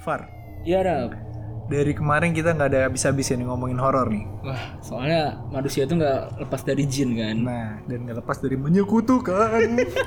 Far, Iya, Rap. dari kemarin kita nggak ada habis-habisnya nih ngomongin horor nih. Wah, soalnya manusia itu nggak lepas dari jin kan. Nah, dan nggak lepas dari menyekutukan.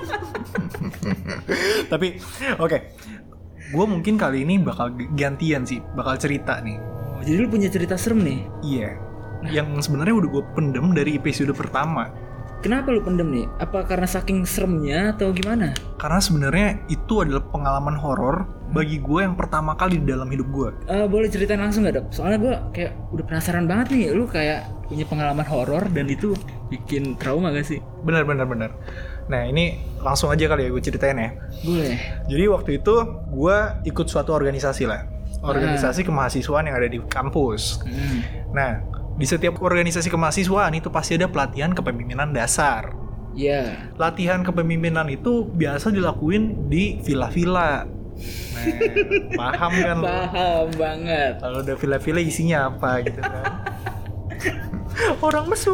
Tapi, oke. Gue mungkin kali ini bakal gantian sih, bakal cerita nih. Oh, jadi lu punya cerita serem nih? Iya. Yang sebenarnya udah gue pendem dari episode pertama. Kenapa lu pendem nih? Apa karena saking seremnya atau gimana? Karena sebenarnya itu adalah pengalaman horor bagi gue yang pertama kali di dalam hidup gue. Boleh ceritain langsung gak, Dap? Soalnya gue kayak udah penasaran banget nih. Lu kayak punya pengalaman horor dan itu bikin trauma gak sih? Benar. Nah, ini langsung aja kali ya gue ceritain ya. Boleh. Jadi waktu itu gue ikut suatu organisasi lah. Organisasi kemahasiswaan yang ada di kampus. Nah, di setiap organisasi kemahasiswaan itu pasti ada pelatihan kepemimpinan dasar. Iya. Latihan kepemimpinan itu biasa dilakuin di villa-villa. Nah, paham kan lo? Paham banget. Kalau udah villa-villa isinya apa gitu kan? Orang mesum.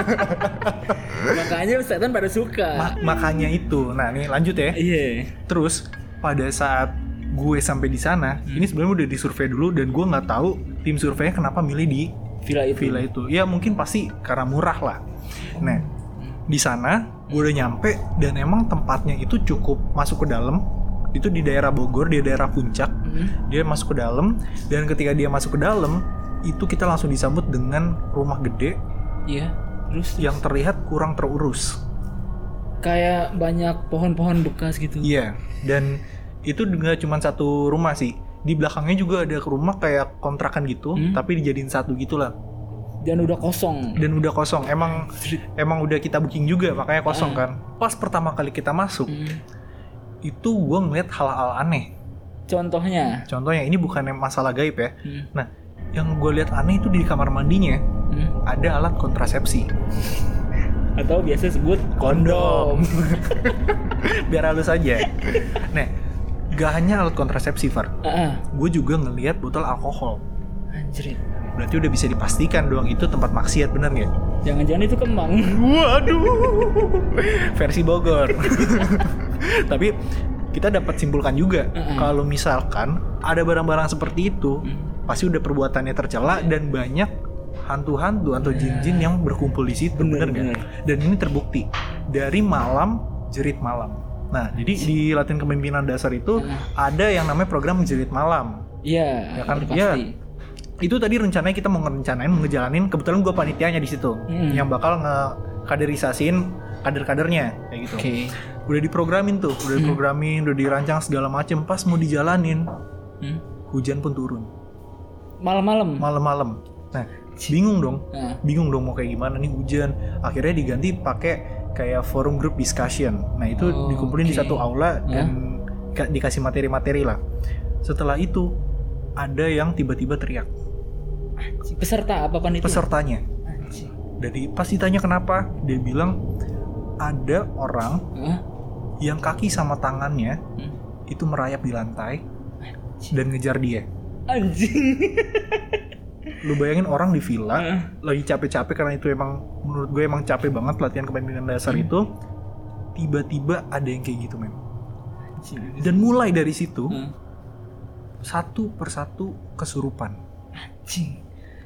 Makanya setan pada suka. Makanya itu. Nah, nih lanjut ya. Iya. Terus pada saat gue sampai di sana, ini sebenarnya udah disurvei dulu dan gue nggak tahu tim surveinya kenapa milih di villa itu. Ya mungkin pasti karena murah lah. Nah, di sana gue udah nyampe dan emang tempatnya itu cukup masuk ke dalam. Itu di daerah Bogor, di daerah Puncak. Dia masuk ke dalam dan ketika dia masuk ke dalam, itu kita langsung disambut dengan rumah gede. Iya. Terus yang terlihat kurang terurus. Kayak banyak pohon-pohon bekas gitu. Iya. Dan itu nggak cuma satu rumah sih. Di belakangnya juga ada rumah kayak kontrakan gitu, tapi dijadiin satu gitulah. Dan udah kosong. Emang udah kita booking juga, makanya kosong kan. Pas pertama kali kita masuk, itu gue ngeliat hal-hal aneh. Contohnya ini bukan masalah gaib ya. Nah, yang gue lihat aneh itu di kamar mandinya ada alat kontrasepsi. Atau biasa sebut kondom. Biar halus aja. Nah, gak hanya alat kontrasepsi, Far. Gue juga ngelihat botol alkohol. Anjir. Berarti udah bisa dipastikan doang itu tempat maksiat, bener gak? Jangan-jangan itu Kemang. Waduh. Versi Bogor. Tapi kita dapat simpulkan juga kalau misalkan ada barang-barang seperti itu, pasti udah perbuatannya tercela dan banyak hantu-hantu atau jin-jin yang berkumpul di situ, bener gak? Dan ini terbukti dari malam jerit malam. Nah, jadi di latihan kepemimpinan dasar itu ada yang namanya program jerit malam. Iya, ya kan? pasti. Ya, itu tadi rencananya kita mau ngejalanin. Kebetulan gue panitianya di situ, yang bakal ngekaderisasiin kader-kadernya kayak gitu. Udah diprogramin tuh, udah dirancang segala macem. Pas mau dijalanin, hujan pun turun. Malam-malam. Nah, bingung dong mau kayak gimana nih hujan. Akhirnya diganti pakai kayak forum group discussion. Nah, itu dikumpulin di satu aula dan dikasih materi-materi lah. Setelah itu ada yang tiba-tiba teriak. Peserta apa itu? Pesertanya. Jadi pas ditanya kenapa, dia bilang ada orang yang kaki sama tangannya itu merayap di lantai dan ngejar dia. Anjing. Lu bayangin orang di villa lagi capek-capek, karena itu emang menurut gue emang capek banget latihan kepemimpinan dasar itu. Tiba-tiba ada yang kayak gitu, men. Dan mulai dari situ satu persatu kesurupan. Anjing.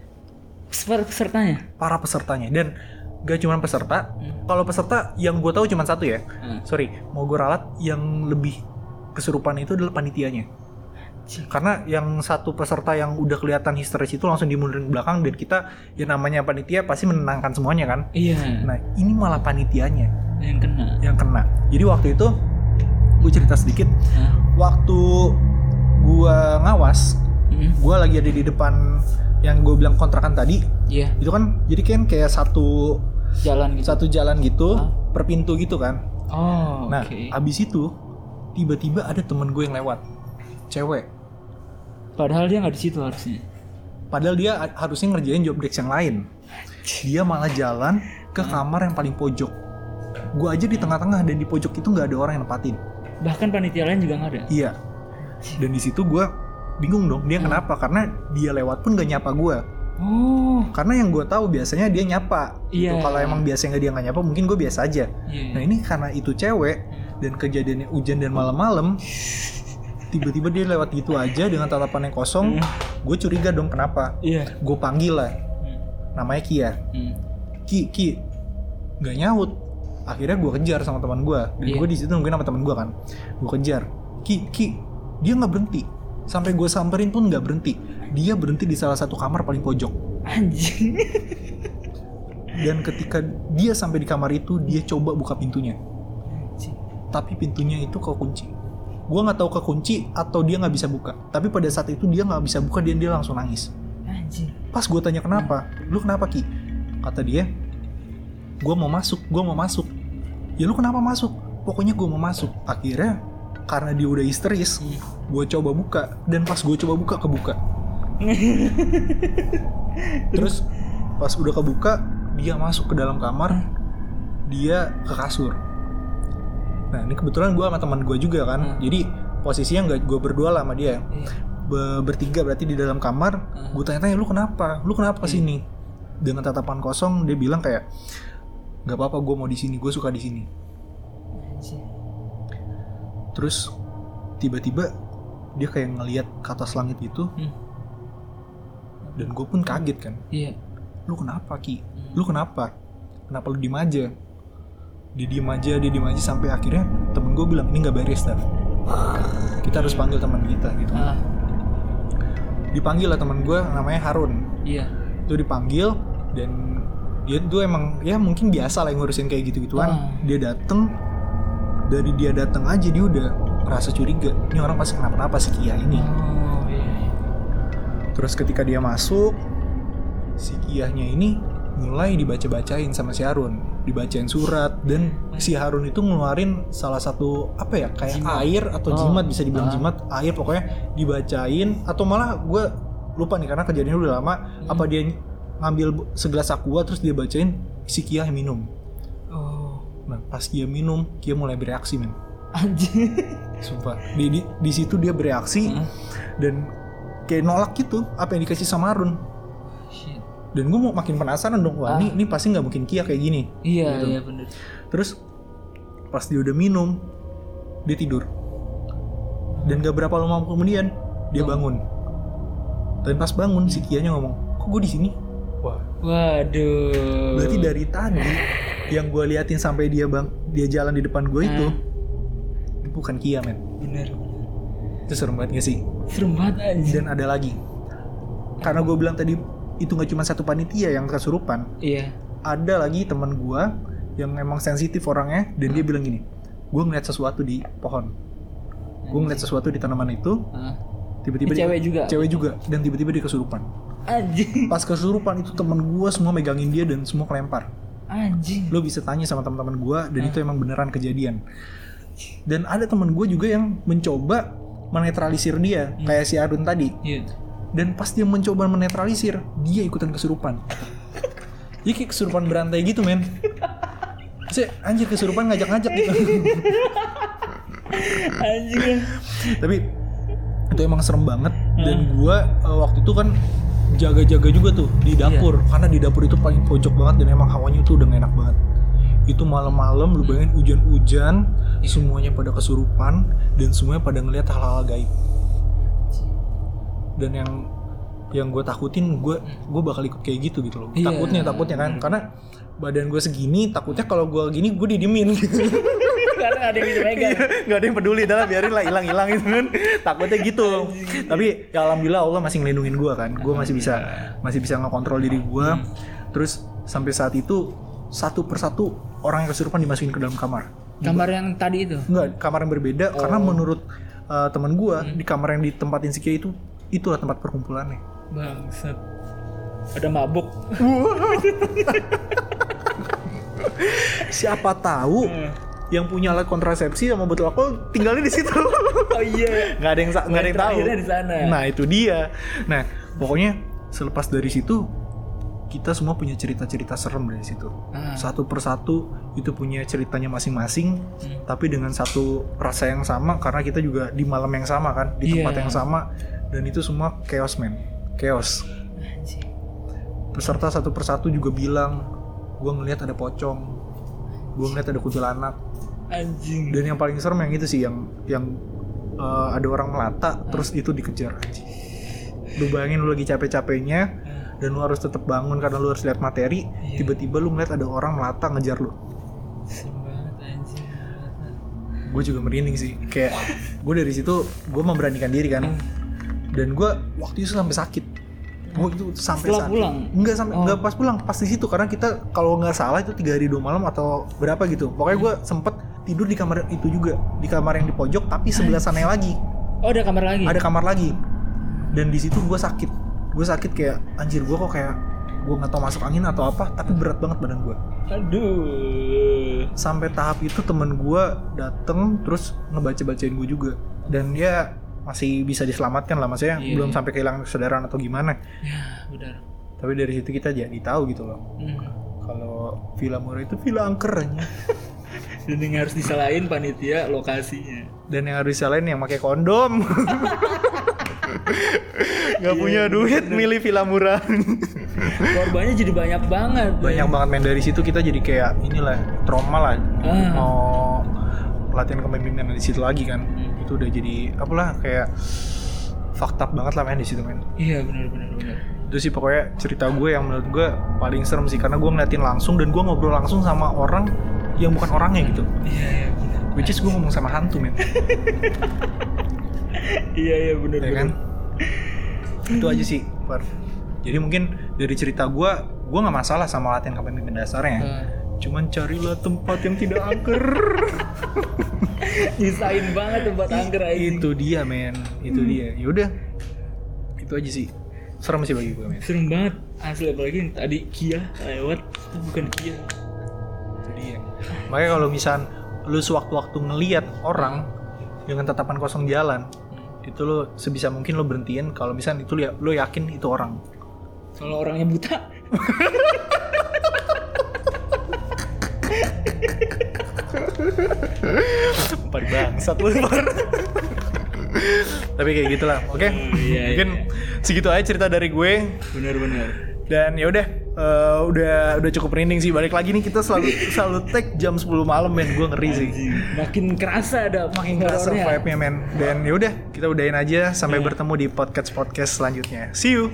Pesertanya? Para pesertanya. Dan gak cuma peserta. Kalau peserta yang gue tahu cuma satu ya. Mau gue ralat, yang lebih kesurupan itu adalah panitianya. Karena yang satu peserta yang udah kelihatan histeris itu langsung dimundurin belakang, dan kita yang namanya panitia pasti menenangkan semuanya kan. Iya. Nah, ini malah panitianya yang kena. Jadi waktu itu gue cerita sedikit. Waktu gue ngawas, gue lagi ada di depan yang gue bilang kontrakan tadi. Iya. Itu kan jadi kan kayak satu jalan gitu, per pintu gitu kan. Nah, abis itu tiba-tiba ada temen gue yang lewat, cewek. Padahal dia nggak di situ harusnya. Padahal dia harusnya ngerjain job desk yang lain. Dia malah jalan ke kamar yang paling pojok. Gue aja di tengah-tengah dan di pojok itu nggak ada orang yang nempatin. Bahkan panitia lain juga nggak ada. Iya. Dan di situ gue bingung dong, dia kenapa? Karena dia lewat pun nggak nyapa gue. Karena yang gue tahu biasanya dia nyapa. Gitu. Kalau emang biasanya dia nggak nyapa, mungkin gue biasa aja. Nah, ini karena itu cewek dan kejadiannya hujan dan malam-malam. tiba-tiba dia lewat gitu aja dengan tatapan yang kosong. Gue curiga dong kenapa. Iya. Gue panggil lah, namanya Kia. Ki nggak nyaut. Akhirnya gue kejar sama teman gue, dan gue di situ nungguin sama teman gue kan. Gue kejar, Ki, dia nggak berhenti. Sampai gue samperin pun nggak berhenti. Dia berhenti di salah satu kamar paling pojok. Anjing. Dan ketika dia sampai di kamar itu, dia coba buka pintunya. Tapi pintunya itu kekunci. Gue nggak tahu kekunci atau dia nggak bisa buka. Tapi pada saat itu dia nggak bisa buka dan dia langsung nangis. Anjing. Pas gue tanya kenapa, lu kenapa Ki? Kata dia, gue mau masuk. Ya lu kenapa masuk? Pokoknya gue mau masuk. Akhirnya karena dia udah histeris, gue coba buka, dan pas gue coba buka, kebuka. Terus pas udah kebuka, dia masuk ke dalam kamar, dia ke kasur. Nah ini kebetulan gue sama teman gue juga kan, jadi posisinya nggak gue berdua lah sama dia, bertiga berarti di dalam kamar. Gue tanya-tanya, lu kenapa sini? Dengan tatapan kosong dia bilang kayak, nggak apa-apa, gue mau di sini, gue suka di sini. Terus tiba-tiba dia kayak ngelihat ke atas langit itu, dan gue pun kaget kan. Iya. Lu kenapa Ki? Lu kenapa lu diem aja? Dia diem aja sampai akhirnya temen gue bilang, ini nggak beres Dav, kita harus panggil teman kita gitu. Dipanggil lah teman gue, namanya Harun. Iya. Itu dipanggil, dan dia tuh emang ya mungkin biasa lah ngurusin kayak gitu-gituan. Dia dateng, dari dia datang aja dia udah ngerasa curiga, ini orang pasti kenapa-napa si Kia ini. Terus ketika dia masuk, si Kiahnya ini mulai dibaca-bacain sama si Harun, dibacain surat, dan si Harun itu ngeluarin salah satu apa ya, kayak jimat. Air atau jimat, bisa dibilang jimat, air pokoknya dibacain, atau malah gue lupa nih karena kejadiannya udah lama. Apa dia ngambil segelas aqua terus dia bacain, si Kia minum. Nah pas dia minum, Kia mulai bereaksi men. Anjing. Sumpah di situ dia bereaksi, dan kayak nolak gitu apa yang dikasih sama Harun. Dan gue mau makin penasaran dong, wah ini pasti nggak mungkin Kia kayak gini. Iya gitu. Iya benar. Terus pas dia udah minum, dia tidur. Dan gak berapa lama kemudian dia bangun. Dan pas bangun si Kianya ngomong, kok gue di sini? Wah. Waduh. Berarti dari tadi yang gue liatin sampai dia jalan di depan gue itu bukan Kia men. Bener. Itu serem banget gak sih? Serem banget aja. Dan ada lagi, karena gue bilang tadi itu gak cuma satu panitia yang kesurupan. Iya. Ada lagi teman gue yang emang sensitif orangnya, dan dia bilang gini, gue ngeliat sesuatu di pohon, gue ngeliat sesuatu di tanaman itu. Tiba-tiba cewek juga, dan tiba-tiba dia kesurupan. Anjing. Pas kesurupan itu teman gue semua megangin dia dan semua kelempar. Anjing. Lo bisa tanya sama teman-teman gue, dan itu emang beneran kejadian. Dan ada teman gue juga yang mencoba menetralisir dia, kayak si Arun tadi. Dan pas dia mencoba menetralisir, dia ikutan kesurupan. Dia kayak kesurupan berantai gitu men. Anjir kesurupan ngajak-ngajak gitu. Anjing. Tapi itu emang serem banget. Dan gue waktu itu kan jaga-jaga juga tuh di dapur, karena di dapur itu paling pojok banget, dan emang hawanya tuh udah gak enak banget. Itu malam-malam lu bayangin hujan-hujan, semuanya pada kesurupan, dan semuanya pada ngelihat hal-hal gaib. Dan yang gue takutin, gue bakal ikut kayak gitu loh. Takutnya kan, karena badan gue segini, takutnya kalau gue gini gue didiemin. Karena gak ada yang bisa megang. Gak ada yang peduli, adalah biarin lah hilang gitu kan. Takutnya gitu. Tapi ya alhamdulillah Allah masih ngelindungin gue kan. Gue masih bisa ngekontrol diri gue. Terus sampai saat itu satu persatu orang yang kesurupan dimasukin ke dalam kamar. Kamar yang tadi itu? Enggak, kamar yang berbeda. Karena menurut teman gue, di kamar yang ditempatin si Kia itulah tempat perkumpulannya. Bangsat. Ada mabuk. Siapa tahu yang punya alat kontrasepsi sama botol alkohol tinggalnya di situ. Oh iya. Nggak ada yang tahu. Di sana. Nah itu dia. Nah pokoknya selepas dari situ kita semua punya cerita-cerita serem dari situ. Satu persatu itu punya ceritanya masing-masing, tapi dengan satu rasa yang sama, karena kita juga di malam yang sama kan, di tempat yang sama, dan itu semua chaos men, chaos. Peserta satu persatu juga bilang, gue ngelihat ada pocong, gue ngelihat ada kuntilanak. Anjing. Dan yang paling serem yang itu sih, yang ada orang melata terus itu dikejar. Lu bayangin lu lagi capek-capeknya dan lu harus tetap bangun karena lu harus lihat materi, tiba-tiba lu ngeliat ada orang melata ngejar lu. Gue juga merinding sih, kayak gue dari situ gue memberanikan diri kan, dan gue waktu itu sampai sakit. Gue itu sampai setelah sakit. pulang? Enggak pas pulang, pas di situ karena kita kalau nggak salah itu 3 hari 2 malam atau berapa gitu. Pokoknya gue sempet tidur di kamar itu juga, di kamar yang di pojok tapi sebelah sana lagi. Oh, ada kamar lagi? Ada kamar lagi. Dan di situ gue sakit kayak anjir, gue kok kayak gue nggak tahu masuk angin atau apa, tapi berat banget badan gue. Aduh. Sampai tahap itu temen gue dateng terus ngebaca-bacain gue juga, dan dia masih bisa diselamatkan lah, maksudnya belum sampai kehilangan kesadaran atau gimana. Ya benar. Tapi dari situ kita jadi tahu gitu loh, kalau Villa Murah itu villa angkernya. Dan yang harus disalahin panitia lokasinya. Dan yang harus disalahin yang pakai kondom. Gak punya duit milih villa murah. Korbannya jadi banyak banget. Banyak banget men, dari situ kita jadi kayak inilah trauma lah. Mau pelatihan kepemimpinan di situ lagi kan. Itu udah jadi apalah kayak fucked up banget lah men di situ men. Iya benar. Itu sih pokoknya cerita gue yang menurut gue paling serem sih, karena gue ngeliatin langsung dan gue ngobrol langsung sama orang yang bukan orangnya gitu. Iya benar. Which is gue ngomong sama hantu men. Iya benar. Ya kan? Itu aja sih, Par. Jadi mungkin dari cerita gue nggak masalah sama latihan kepemimpinan dasarnya. Cuman carilah tempat yang tidak angker. Nyisain banget tempat angker aja. Itu dia men, itu dia. Yaudah, itu aja sih. Serem sih bagi gue men. Serem banget asli, apalagi yang tadi Kia lewat, itu bukan Kia. Itu dia. Makanya kalau misal lu sewaktu-waktu ngelihat orang dengan tatapan kosong jalan, itu lo sebisa mungkin lo berhentiin kalau misalnya itu lo yakin itu orang. Kalau orangnya buta. Pari bangsat lu. Tapi kayak gitulah, oke? Mungkin segitu aja cerita dari gue. Benar. Dan ya udah cukup merinding sih. Balik lagi nih, kita selalu tag jam 10 malam men. Gue ngeri sih. Makin kerasa vibe-nya men. Dan ya udah, kita udahin aja sampai bertemu di podcast selanjutnya. See you.